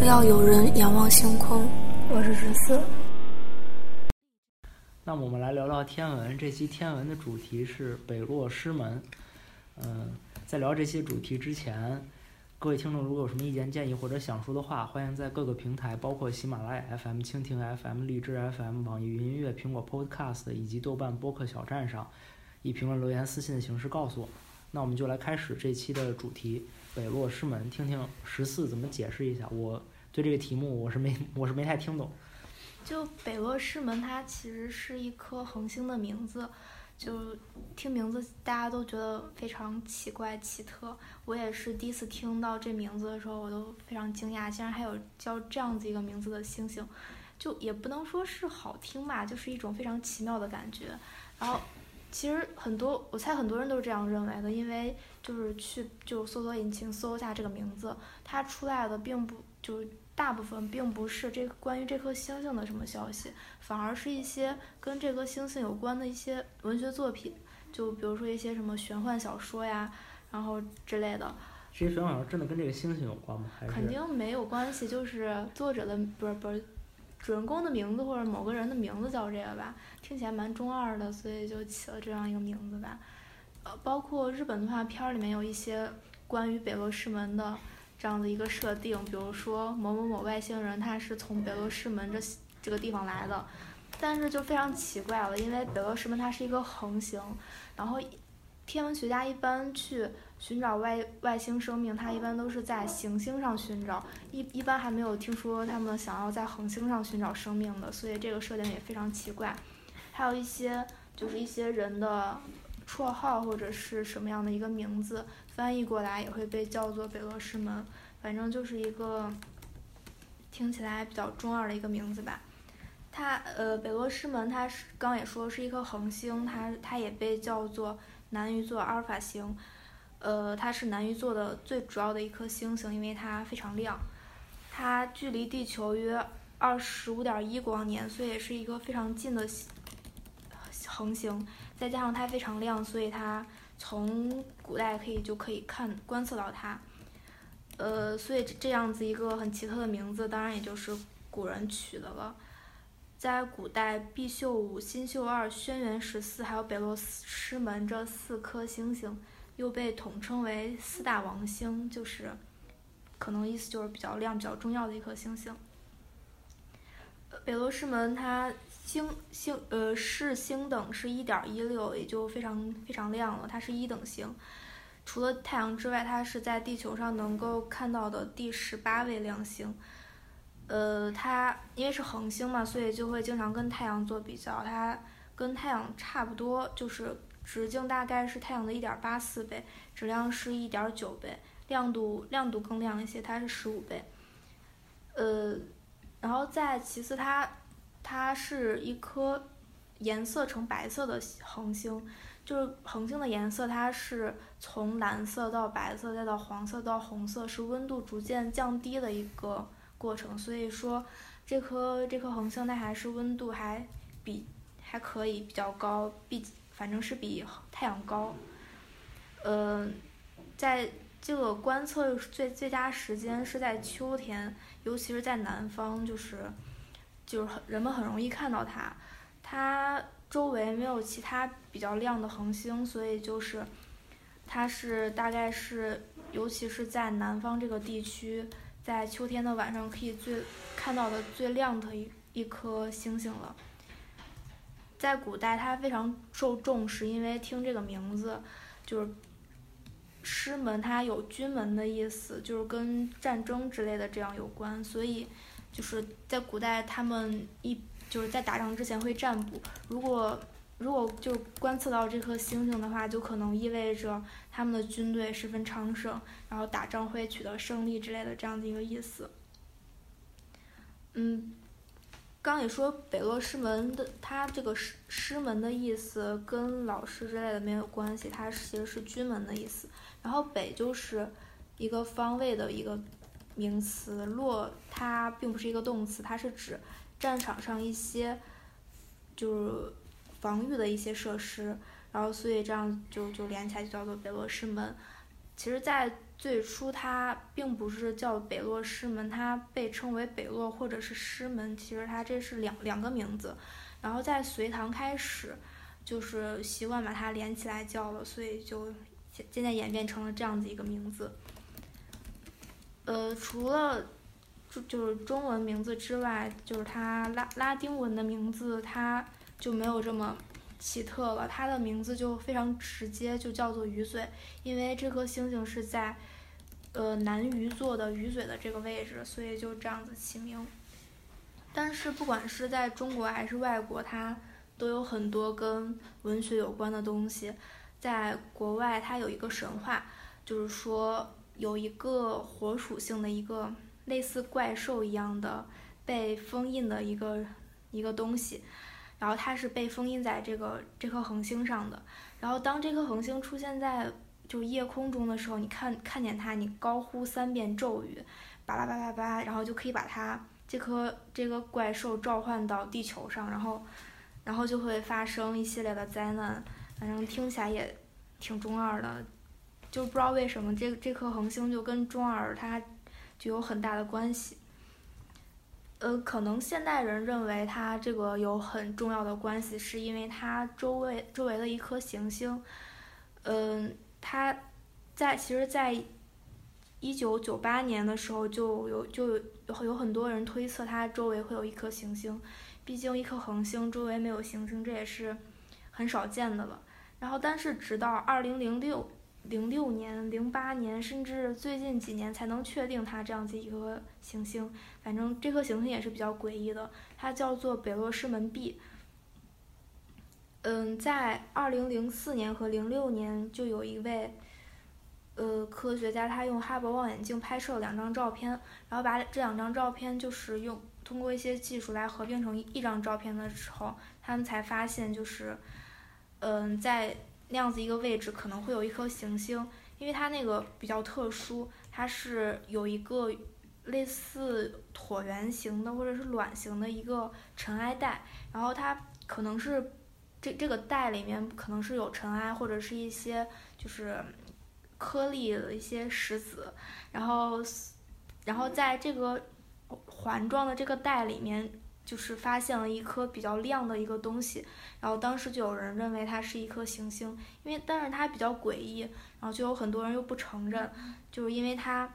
要有人仰望星空。我是14。 那么我们来聊聊天文。这期天文的主题是北落师门。在聊这些主题之前，各位听众如果有什么意见建议或者想说的话，欢迎在各个平台，包括喜马拉雅 FM、蜻蜓 FM、荔枝 FM、网易云音乐、苹果 Podcast 以及豆瓣播客小站上以评论、留言、私信的形式告诉我。那我们就来开始这期的主题北落师门，听听14怎么解释一下。我对这个题目我是没太听懂。 就北落师门它其实是一颗恒星的名字，就听名字大家都觉得非常奇怪奇特。我也是第一次听到这名字的时候我都非常惊讶，竟然还有叫这样子一个名字的星星，就也不能说是好听吧，就是一种非常奇妙的感觉。然后其实我猜很多人都是这样认为的，因为就是搜索引擎搜一下这个名字，它出来的并不大部分并不是关于这颗星星的什么消息，反而是一些跟这颗星星有关的一些文学作品，就比如说一些什么玄幻小说呀，然后之类的。 这些玄幻小说真的跟这个星星有关吗？还是肯定没有关系，就是作者的不是主人公的名字或者某个人的名字叫这个吧，听起来蛮中二的，所以就起了这样一个名字吧。包括日本动画片里面有一些关于北落师门的这样的一个设定，比如说某某某外星人他是从北落师门这个地方来的，但是就非常奇怪了，因为北落师门它是一个恒星，然后天文学家一般去寻找外星生命，他一般都是在行星上寻找，一般还没有听说他们想要在恒星上寻找生命的，所以这个设定也非常奇怪。还有一些人的绰号或者是什么样的一个名字翻译过来也会被叫做北落师门，反正就是一个听起来比较中二的一个名字吧。北落师门它是刚也说是一颗恒星，它也被叫做南鱼座阿尔法星。它是南鱼座的最主要的一颗星星，因为它非常亮，它距离地球约25.1光年，所以也是一个非常近的恒星，再加上它非常亮，所以它从古代就可以观测到它。所以这样子一个很奇特的名字，当然也就是古人取的了。在古代，毕宿五、新宿二、轩辕14还有北落师门这4颗星星又被统称为4大王星，就是可能意思就是比较亮比较重要的一颗星星。北落师门它视星等是1.16，也就非常非常亮了，它是1等星。除了太阳之外，它是在地球上能够看到的第18位亮星。它因为是恒星嘛，所以就会经常跟太阳做比较，它跟太阳差不多，就是直径大概是太阳的1.84倍，质量是1.9倍，亮度更亮一些，它是15倍。然后其次它是一颗颜色呈白色的恒星，就是恒星的颜色它是从蓝色到白色再到黄色到红色，是温度逐渐降低的一个过程，所以说这颗恒星它还是温度还可以比较高，反正是比太阳高。在这个观测最佳时间是在秋天，尤其是在南方，就是人们很容易看到它周围没有其他比较亮的恒星，所以就是它是大概是尤其是在南方这个地区，在秋天的晚上可以看到的最亮的一颗星星了。在古代它非常受重视，因为听这个名字就是师门，它有军门的意思，就是跟战争之类的这样有关，所以就是在古代他们就是在打仗之前会占卜，如果就观测到这颗星星的话，就可能意味着他们的军队十分昌盛，然后打仗会取得胜利之类的这样的一个意思。刚也说北落师门的，它这个师门的意思跟老师之类的没有关系，它其实是军门的意思。然后北就是一个方位的一个名词，落它并不是一个动词，它是指战场上一些就是防御的一些设施，然后所以这样就连起来就叫做北落师门。其实在最初它并不是叫北落师门，它被称为北落或者是师门，其实它这是两个名字。然后在隋唐开始，就是习惯把它连起来叫了，所以就渐渐演变成了这样子一个名字。除了就是中文名字之外，就是它拉丁文的名字，它就没有这么奇特了。它的名字就非常直接，就叫做鱼嘴，因为这颗星星是在南鱼座的鱼嘴的这个位置，所以就这样子起名。但是不管是在中国还是外国，它都有很多跟文学有关的东西。在国外，它有一个神话，就是说有一个火属性的一个类似怪兽一样的被封印的一个东西，然后它是被封印在这颗恒星上的。然后当这颗恒星出现在就夜空中的时候，你看见它，你高呼3遍咒语，巴拉巴拉巴拉，然后就可以把它这个怪兽召唤到地球上，然后就会发生一系列的灾难。反正听起来也挺中二的，就不知道为什么这颗恒星就跟中二它就有很大的关系。可能现代人认为它这个有很重要的关系，是因为它周围的一颗行星，它其实在1998年的时候就有很多人推测它周围会有一颗行星，毕竟一颗恒星周围没有行星，这也是很少见的了。然后但是直到2006年、08年，甚至最近几年才能确定它这样子一颗行星。反正这颗行星也是比较诡异的，它叫做北落师门 B。在2004年和06年就有一位科学家，他用哈勃望远镜拍摄了2张照片，然后把这2张照片就是通过一些技术来合并成一张照片的时候，他们才发现就是在那样子一个位置可能会有一颗行星，因为它那个比较特殊，它是有一个类似椭圆形的或者是卵形的一个尘埃带，然后它可能是这个带里面可能是有尘埃或者是一些就是颗粒的一些石子，然后在这个环状的这个带里面就是发现了一颗比较亮的一个东西，然后当时就有人认为它是一颗行星，但是它比较诡异，然后就有很多人又不承认，就是因为它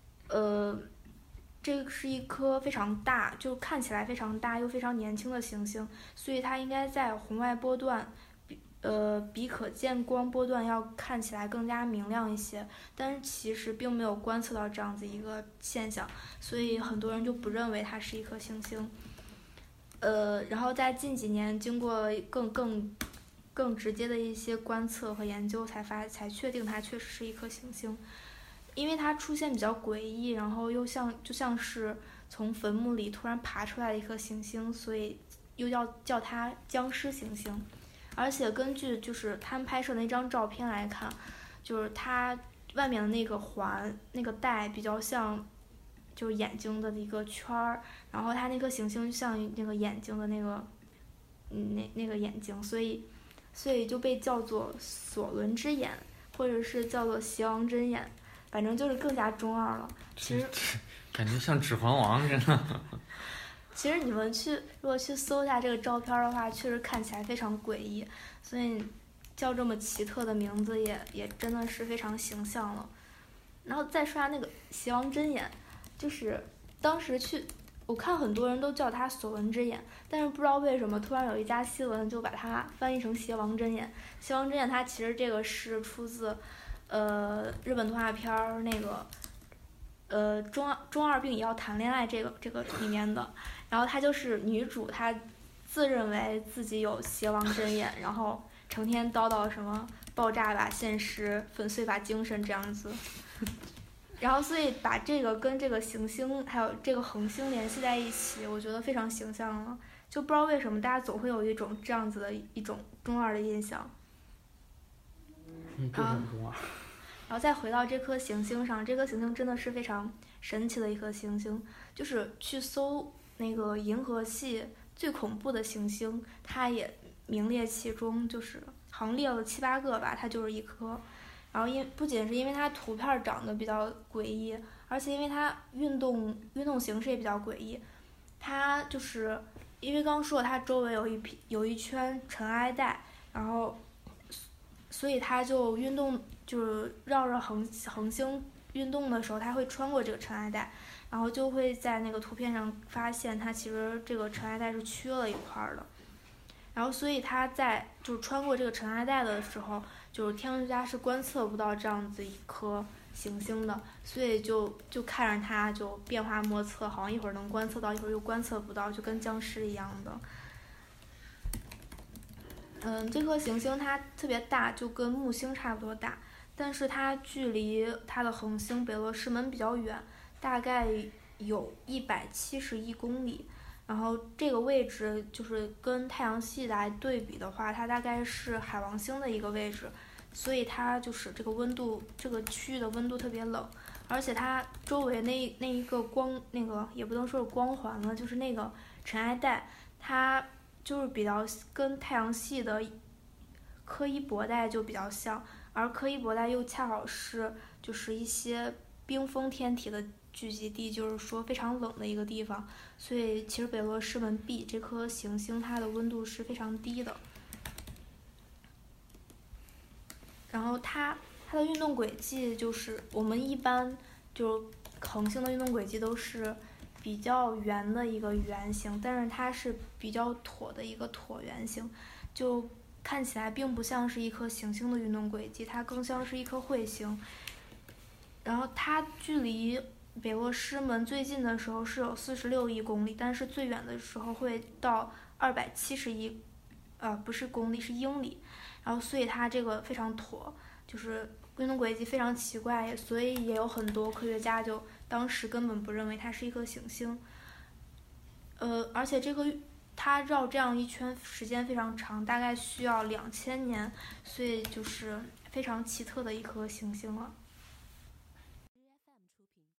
这个是一颗非常大，就看起来非常大又非常年轻的行星，所以它应该在红外波段比可见光波段要看起来更加明亮一些，但是其实并没有观测到这样子一个现象，所以很多人就不认为它是一颗行星。然后在近几年经过更直接的一些观测和研究才确定它确实是一颗行星。因为它出现比较诡异，然后又就像是从坟墓里突然爬出来的一颗行星，所以又叫它僵尸行星。而且根据就是他们拍摄那张照片来看，就是它外面的那个环那个带比较像就是眼睛的一个圈儿，然后它那颗行星像那个眼睛的那个那个眼睛，所以就被叫做索伦之眼，或者是叫做邪王针眼，反正就是更加中二了。其实感觉像指环王真的。 其实你们如果去搜一下这个照片的话，确实看起来非常诡异，所以叫这么奇特的名字也真的是非常形象了。然后再说下那个邪王针眼，就是当时我看很多人都叫它索伦之眼，但是不知道为什么突然有一家新闻就把它翻译成邪王针眼。邪王针眼它其实这个是出自日本动画片那个中二病也要谈恋爱这个里面的，然后她就是女主，她自认为自己有邪王针眼，然后成天叨叨什么爆炸吧现实，粉碎吧精神这样子。然后所以把这个跟这个行星还有这个恒星联系在一起，我觉得非常形象了。就不知道为什么大家总会有一种这样子的一种中二的印象。 就很中二。 然后再回到这颗行星上，这颗行星真的是非常神奇的一颗行星，就是去搜那个银河系最恐怖的行星，它也名列其中，就是好像列了7、8个吧，它就是一颗。 然后不仅是因为它图片长得比较诡异，而且因为它运动形式也比较诡异。它就是因为刚说它周围有一圈尘埃带，然后所以它就就是绕着恒星运动的时候，它会穿过这个尘埃带，然后就会在那个图片上发现它其实这个尘埃带是缺了一块的。然后所以它在就是穿过这个尘埃带的时候，就是天文学家是观测不到这样子一颗行星的，所以就看着它就变化莫测，好像一会儿能观测到，一会儿又观测不到，就跟僵尸一样的。这颗行星它特别大，就跟木星差不多大，但是它距离它的恒星北落师门比较远，大概有171公里。然后这个位置就是跟太阳系来对比的话，它大概是海王星的一个位置，所以它就是这个温度，这个区域的温度特别冷，而且它周围那一个那个也不能说是光环了，就是那个尘埃带，它就是比较跟太阳系的柯伊伯带就比较像，而柯伊伯带又恰好是就是一些冰封天体的聚集地，就是说非常冷的一个地方，所以其实北落师门 B 这颗行星它的温度是非常低的。然后它的运动轨迹就是我们一般就恒星的运动轨迹都是比较圆的一个圆形，但是它是比较椭的一个椭圆形，就看起来并不像是一颗行星的运动轨迹，它更像是一颗彗星。然后它距离北落师门最近的时候是有46亿公里，但是最远的时候会到270亿，不是公里，是英里。然后所以它这个非常椭，就是运动轨迹非常奇怪，所以也有很多科学家就当时根本不认为它是一颗行星。而且它绕这样一圈时间非常长，大概需要2000年，所以就是非常奇特的一颗行星了。